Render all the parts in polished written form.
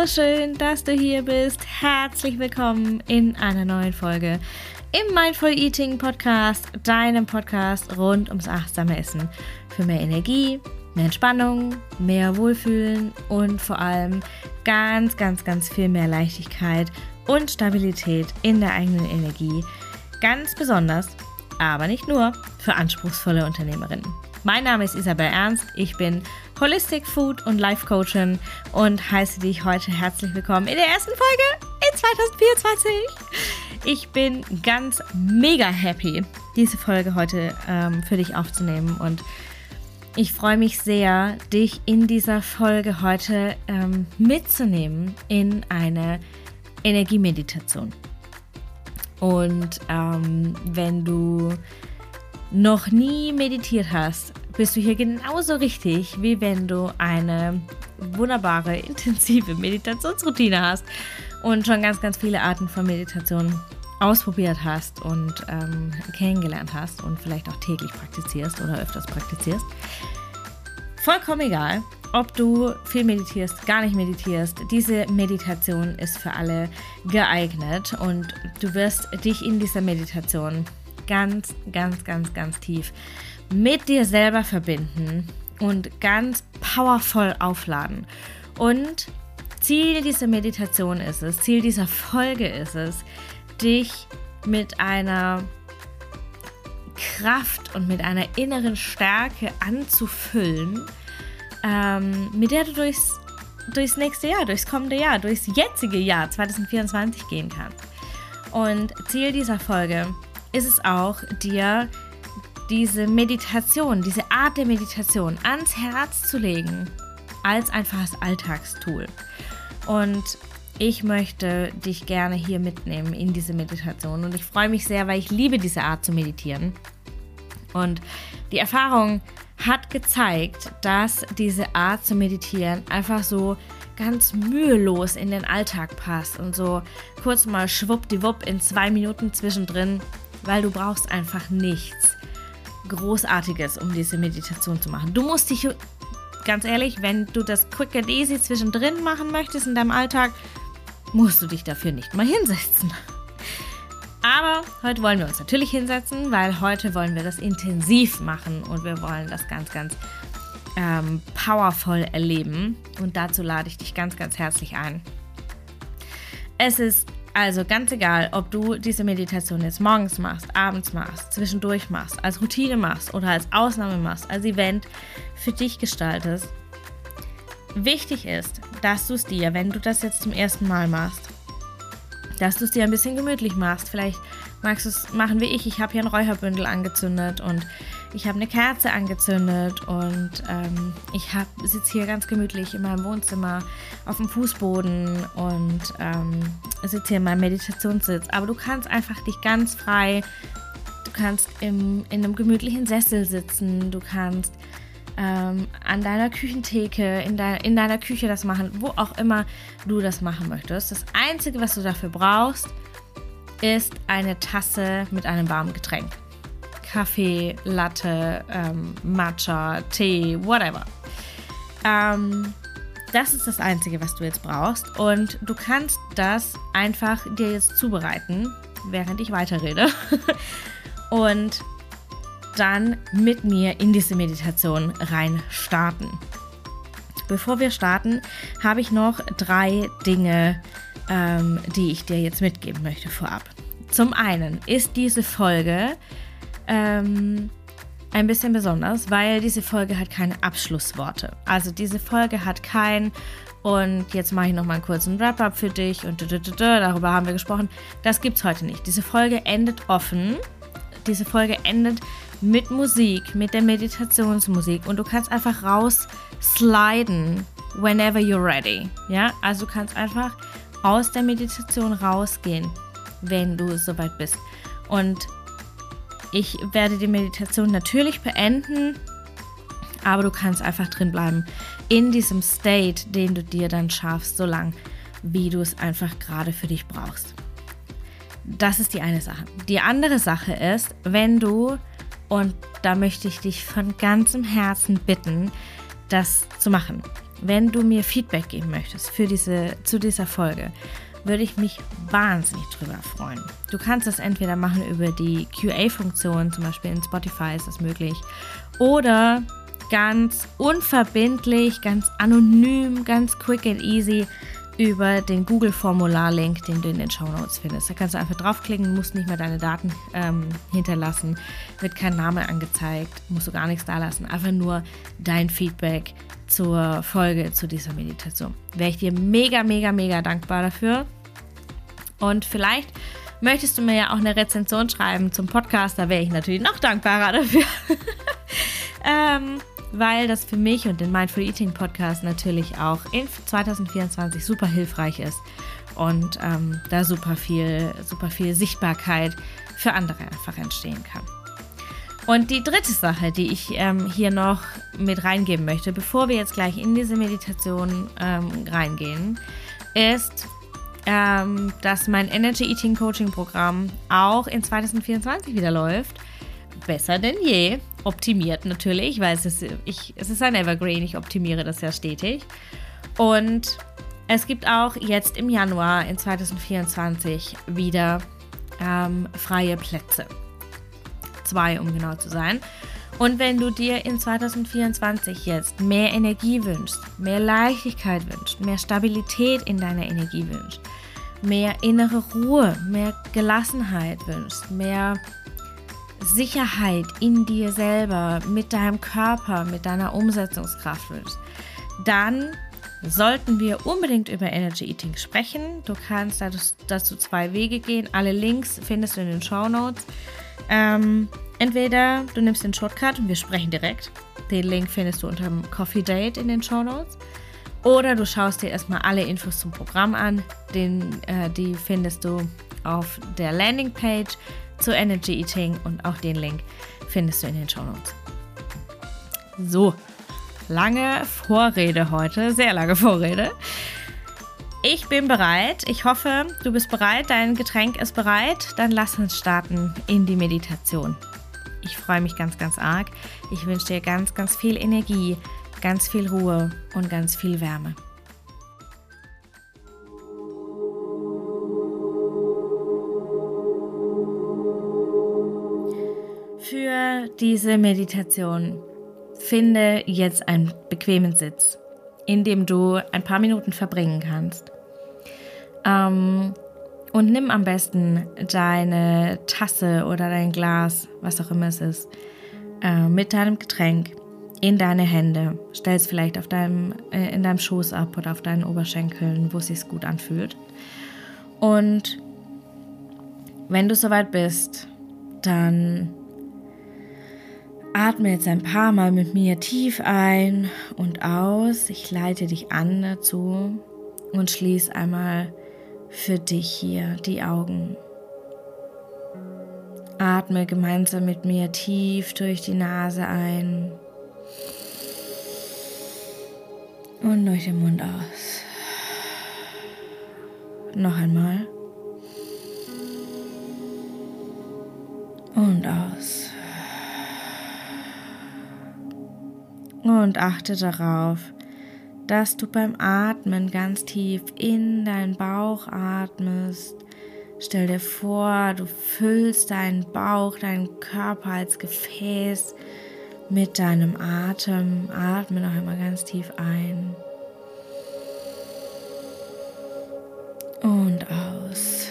Wunderschön, dass du hier bist. Herzlich willkommen in einer neuen Folge im Mindful Eating Podcast, deinem Podcast rund ums achtsame Essen für mehr Energie, mehr Entspannung, mehr Wohlfühlen und vor allem ganz viel mehr Leichtigkeit und Stabilität in der eigenen Energie. Ganz besonders, aber nicht nur, für anspruchsvolle Unternehmerinnen. Mein Name ist Isabel Ernst, ich bin Holistic Food und Life Coachin und heiße dich heute herzlich willkommen in der ersten Folge in 2024. Ich bin ganz mega happy, diese Folge heute für dich aufzunehmen und ich freue mich sehr, dich in dieser Folge heute mitzunehmen in eine Energiemeditation. Und wenn du noch nie meditiert hast, bist du hier genauso richtig, wie wenn du eine wunderbare, intensive Meditationsroutine hast und schon ganz viele Arten von Meditation ausprobiert hast und kennengelernt hast und vielleicht auch täglich praktizierst oder öfters praktizierst. Vollkommen egal, ob du viel meditierst, gar nicht meditierst. Diese Meditation ist für alle geeignet und du wirst dich in dieser Meditation ganz tief mit dir selber verbinden und ganz powervoll aufladen. Und Ziel dieser Meditation ist es, Ziel dieser Folge ist es, dich mit einer Kraft und mit einer inneren Stärke anzufüllen, mit der du durchs nächste Jahr, durchs kommende Jahr, durchs jetzige Jahr 2024 gehen kannst. Und Ziel dieser Folge ist es auch, dir diese Meditation, diese Art der Meditation ans Herz zu legen, als einfaches Alltagstool. Und ich möchte dich gerne hier mitnehmen in diese Meditation und ich freue mich sehr, weil ich liebe diese Art zu meditieren. Und die Erfahrung hat gezeigt, dass diese Art zu meditieren einfach so ganz mühelos in den Alltag passt und so kurz mal schwuppdiwupp in 2 Minuten zwischendrin, weil du brauchst einfach nichts Großartiges, um diese Meditation zu machen. Du musst dich, ganz ehrlich, wenn du das quick and easy zwischendrin machen möchtest in deinem Alltag, musst du dich dafür nicht mal hinsetzen. Aber heute wollen wir uns natürlich hinsetzen, weil heute wollen wir das intensiv machen und wir wollen das ganz powervoll erleben. Und dazu lade ich dich ganz herzlich ein. Es ist also ganz egal, ob du diese Meditation jetzt morgens machst, abends machst, zwischendurch machst, als Routine machst oder als Ausnahme machst, als Event für dich gestaltest. Wichtig ist, dass du es dir, wenn du das jetzt zum ersten Mal machst, dass du es dir ein bisschen gemütlich machst. Vielleicht magst du es machen wie ich. Ich habe hier ein Räucherbündel angezündet und ich habe eine Kerze angezündet und ich sitze hier ganz gemütlich in meinem Wohnzimmer auf dem Fußboden und sitze hier in meinem Meditationssitz. Aber du kannst einfach dich ganz frei, du kannst in einem gemütlichen Sessel sitzen, du kannst an deiner Küchentheke, in deiner Küche das machen, wo auch immer du das machen möchtest. Das Einzige, was du dafür brauchst, ist eine Tasse mit einem warmen Getränk. Kaffee, Latte, Matcha, Tee, whatever. Das ist das Einzige, was du jetzt brauchst. Und du kannst das einfach dir jetzt zubereiten, während ich weiterrede. Und dann mit mir in diese Meditation rein starten. Bevor wir starten, habe ich noch 3 Dinge, die ich dir jetzt mitgeben möchte vorab. Zum einen ist diese Folge ein bisschen besonders, weil diese Folge hat keine Abschlussworte. Also diese Folge hat kein und jetzt mache ich noch mal einen kurzen Wrap-up für dich und darüber haben wir gesprochen. Das gibt's heute nicht. Diese Folge endet offen. Diese Folge endet mit Musik, mit der Meditationsmusik und du kannst einfach raussliden whenever you're ready. Ja, also du kannst einfach aus der Meditation rausgehen, wenn du soweit bist. Und ich werde die Meditation natürlich beenden, aber du kannst einfach drin bleiben in diesem State, den du dir dann schaffst, so lang, wie du es einfach gerade für dich brauchst. Das ist die eine Sache. Die andere Sache ist, wenn du, und da möchte ich dich von ganzem Herzen bitten, das zu machen. wenn du mir Feedback geben möchtest zu dieser Folge, würde ich mich wahnsinnig drüber freuen. Du kannst das entweder machen über die QA-Funktion, zum Beispiel in Spotify ist das möglich, oder ganz unverbindlich, ganz anonym, ganz quick and easy über den Google-Formular-Link, den du in den Shownotes findest. Da kannst du einfach draufklicken, musst nicht mehr deine Daten hinterlassen, wird kein Name angezeigt, musst du gar nichts da lassen, einfach nur dein Feedback zur Folge, zu dieser Meditation. Wäre ich dir mega, mega, mega dankbar dafür. Und vielleicht möchtest du mir ja auch eine Rezension schreiben zum Podcast, da wäre ich natürlich noch dankbarer dafür. Weil das für mich und den Mindful Eating Podcast natürlich auch in 2024 super hilfreich ist und da super viel Sichtbarkeit für andere einfach entstehen kann. Und die dritte Sache, die ich hier noch mit reingeben möchte, bevor wir jetzt gleich in diese Meditation reingehen, ist, dass mein Energy Eating Coaching Programm auch in 2024 wieder läuft. Besser denn je. Optimiert natürlich, weil es ist ein Evergreen, ich optimiere das ja stetig. Und es gibt auch jetzt im Januar in 2024 wieder freie Plätze. 2, um genau zu sein. Und wenn du dir in 2024 jetzt mehr Energie wünschst, mehr Leichtigkeit wünschst, mehr Stabilität in deiner Energie wünschst, mehr innere Ruhe, mehr Gelassenheit wünschst, mehr Sicherheit in dir selber, mit deinem Körper, mit deiner Umsetzungskraft wünschst, dann sollten wir unbedingt über Energy Eating sprechen. Du kannst dazu 2 Wege gehen. Alle Links findest du in den Shownotes. Entweder du nimmst den Shortcut und wir sprechen direkt. Den Link findest du unter dem Coffee Date in den Shownotes. Oder du schaust dir erstmal alle Infos zum Programm an. Die findest du auf der Landingpage zu Energy Eating und auch den Link findest du in den Shownotes. So, lange Vorrede heute, sehr lange Vorrede. Ich bin bereit. Ich hoffe, du bist bereit. Dein Getränk ist bereit. Dann lass uns starten in die Meditation. Ich freue mich ganz, ganz arg. Ich wünsche dir ganz, ganz viel Energie, ganz viel Ruhe und ganz viel Wärme. Für diese Meditation finde jetzt einen bequemen Sitz, in dem du ein paar Minuten verbringen kannst. Und nimm am besten deine Tasse oder dein Glas, was auch immer es ist, mit deinem Getränk in deine Hände. Stell es vielleicht in deinem Schoß ab oder auf deinen Oberschenkeln, wo es sich gut anfühlt. Und wenn du soweit bist, dann atme jetzt ein paar Mal mit mir tief ein und aus. Ich leite dich an dazu und schließ einmal für dich hier die Augen. Atme gemeinsam mit mir tief durch die Nase ein und durch den Mund aus. Noch einmal. Und aus. Und achte darauf, dass du beim Atmen ganz tief in deinen Bauch atmest. Stell dir vor, du füllst deinen Bauch, deinen Körper als Gefäß mit deinem Atem. Atme noch einmal ganz tief ein. Und aus.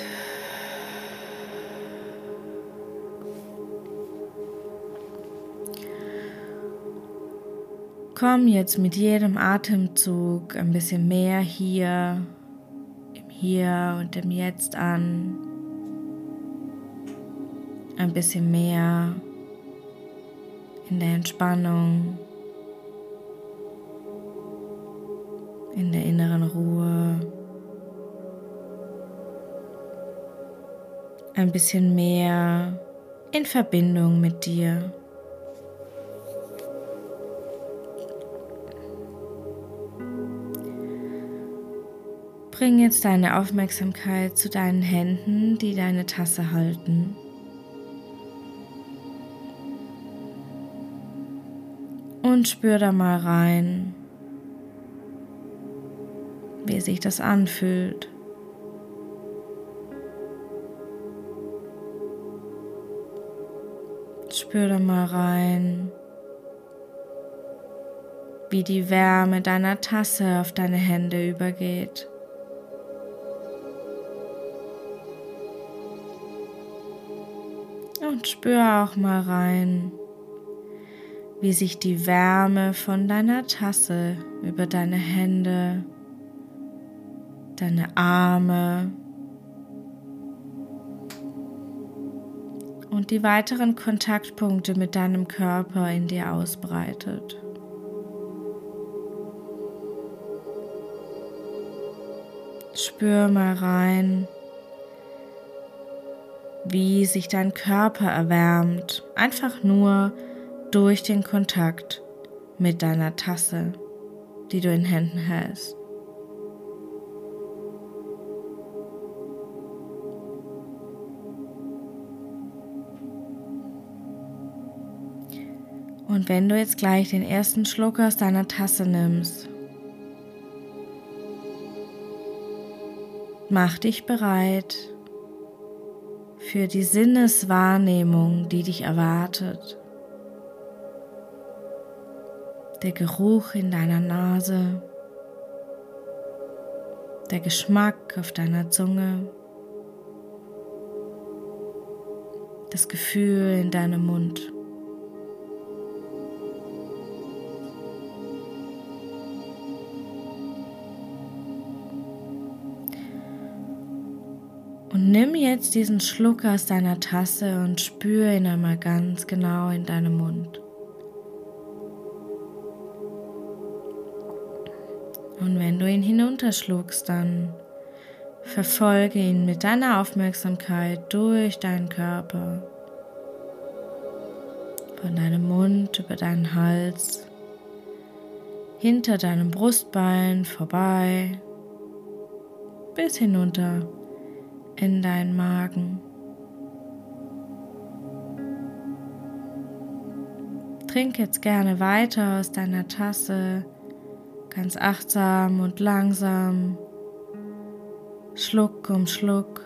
Komm jetzt mit jedem Atemzug ein bisschen mehr hier, im Hier und im Jetzt an. Ein bisschen mehr in der Entspannung, in der inneren Ruhe. Ein bisschen mehr in Verbindung mit dir. Bring jetzt deine Aufmerksamkeit zu deinen Händen, die deine Tasse halten. Und spür da mal rein. wie sich das anfühlt. Spür da mal rein, wie die Wärme deiner Tasse auf deine Hände übergeht. Und spür auch mal rein, wie sich die Wärme von deiner Tasse über deine Hände, deine Arme und die weiteren Kontaktpunkte mit deinem Körper in dir ausbreitet. Spür mal rein, wie sich dein Körper erwärmt, einfach nur durch den Kontakt mit deiner Tasse, die du in Händen hältst. Und wenn du jetzt gleich den ersten Schluck aus deiner Tasse nimmst, mach dich bereit für die Sinneswahrnehmung, die dich erwartet. Der Geruch in deiner Nase, der Geschmack auf deiner Zunge, das Gefühl in deinem Mund. Und nimm jetzt diesen Schluck aus deiner Tasse und spür ihn einmal ganz genau in deinem Mund. Und wenn du ihn hinunterschluckst, dann verfolge ihn mit deiner Aufmerksamkeit durch deinen Körper, von deinem Mund über deinen Hals, hinter deinem Brustbein vorbei, bis hinunter in deinen Magen. Trink jetzt gerne weiter aus deiner Tasse, ganz achtsam und langsam, Schluck um Schluck.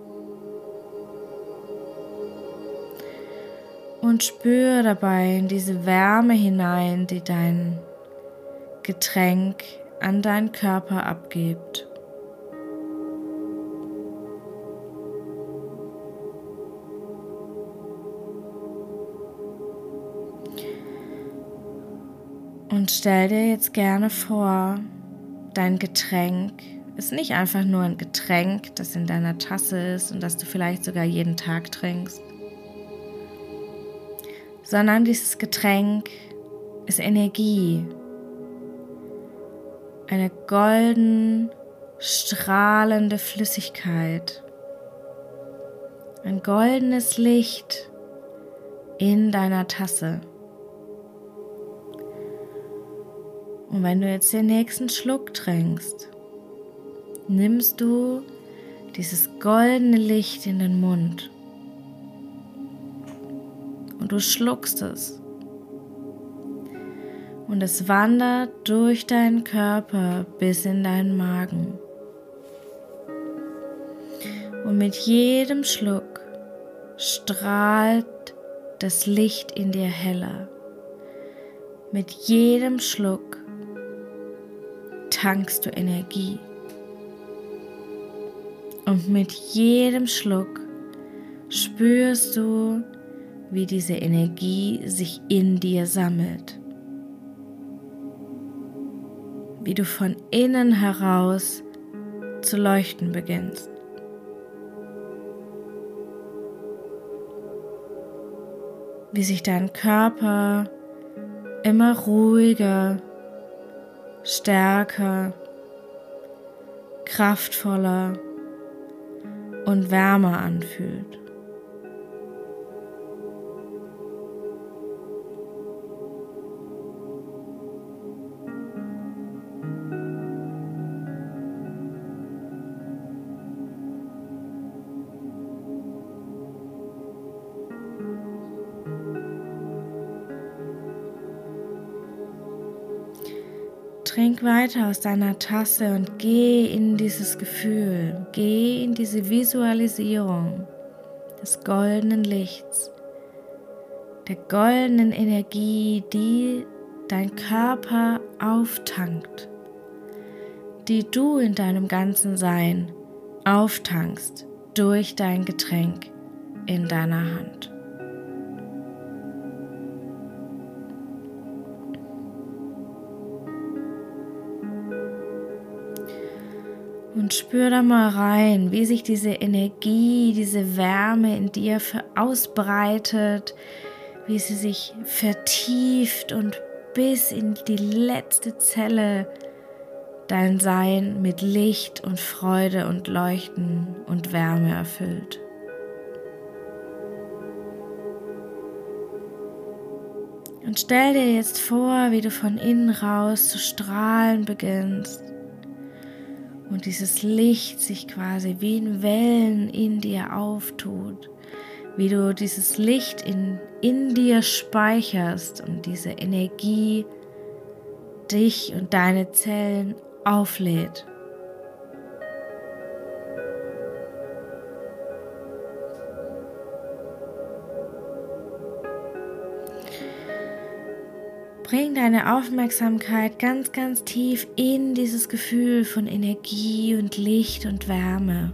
Und spür dabei in diese Wärme hinein, die dein Getränk an deinen Körper abgibt. Und stell dir jetzt gerne vor, dein Getränk ist nicht einfach nur ein Getränk, das in deiner Tasse ist und das du vielleicht sogar jeden Tag trinkst, sondern dieses Getränk ist Energie, eine golden, strahlende Flüssigkeit, ein goldenes Licht in deiner Tasse. Und wenn du jetzt den nächsten Schluck trinkst, nimmst du dieses goldene Licht in den Mund und du schluckst es. Und es wandert durch deinen Körper bis in deinen Magen. Und mit jedem Schluck strahlt das Licht in dir heller. Mit jedem Schluck tankst du Energie. Und mit jedem Schluck spürst du, wie diese Energie sich in dir sammelt. Wie du von innen heraus zu leuchten beginnst. Wie sich dein Körper immer ruhiger, stärker, kraftvoller und wärmer anfühlt. Trink weiter aus deiner Tasse und geh in dieses Gefühl, geh in diese Visualisierung des goldenen Lichts, der goldenen Energie, die dein Körper auftankt, die du in deinem ganzen Sein auftankst durch dein Getränk in deiner Hand. Und spür da mal rein, wie sich diese Energie, diese Wärme in dir ausbreitet, wie sie sich vertieft und bis in die letzte Zelle dein Sein mit Licht und Freude und Leuchten und Wärme erfüllt. Und stell dir jetzt vor, wie du von innen raus zu strahlen beginnst und dieses Licht sich quasi wie in Wellen in dir auftut, wie du dieses Licht in dir speicherst und diese Energie dich und deine Zellen auflädt. Bring deine Aufmerksamkeit ganz, ganz tief in dieses Gefühl von Energie und Licht und Wärme.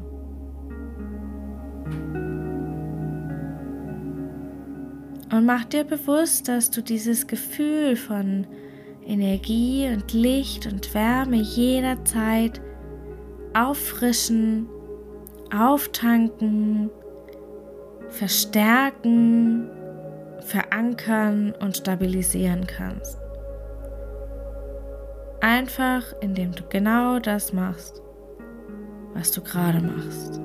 Und mach dir bewusst, dass du dieses Gefühl von Energie und Licht und Wärme jederzeit auffrischen, auftanken, verstärken, verankern und stabilisieren kannst. Einfach, indem du genau das machst, was du gerade machst.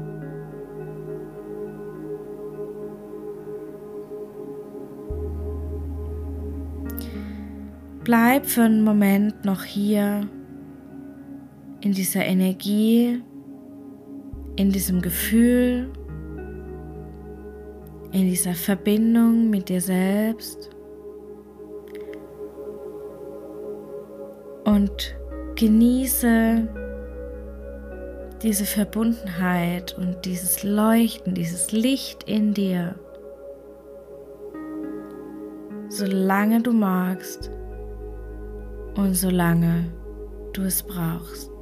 Bleib für einen Moment noch hier in dieser Energie, in diesem Gefühl, in dieser Verbindung mit dir selbst und genieße diese Verbundenheit und dieses Leuchten, dieses Licht in dir, solange du magst und solange du es brauchst.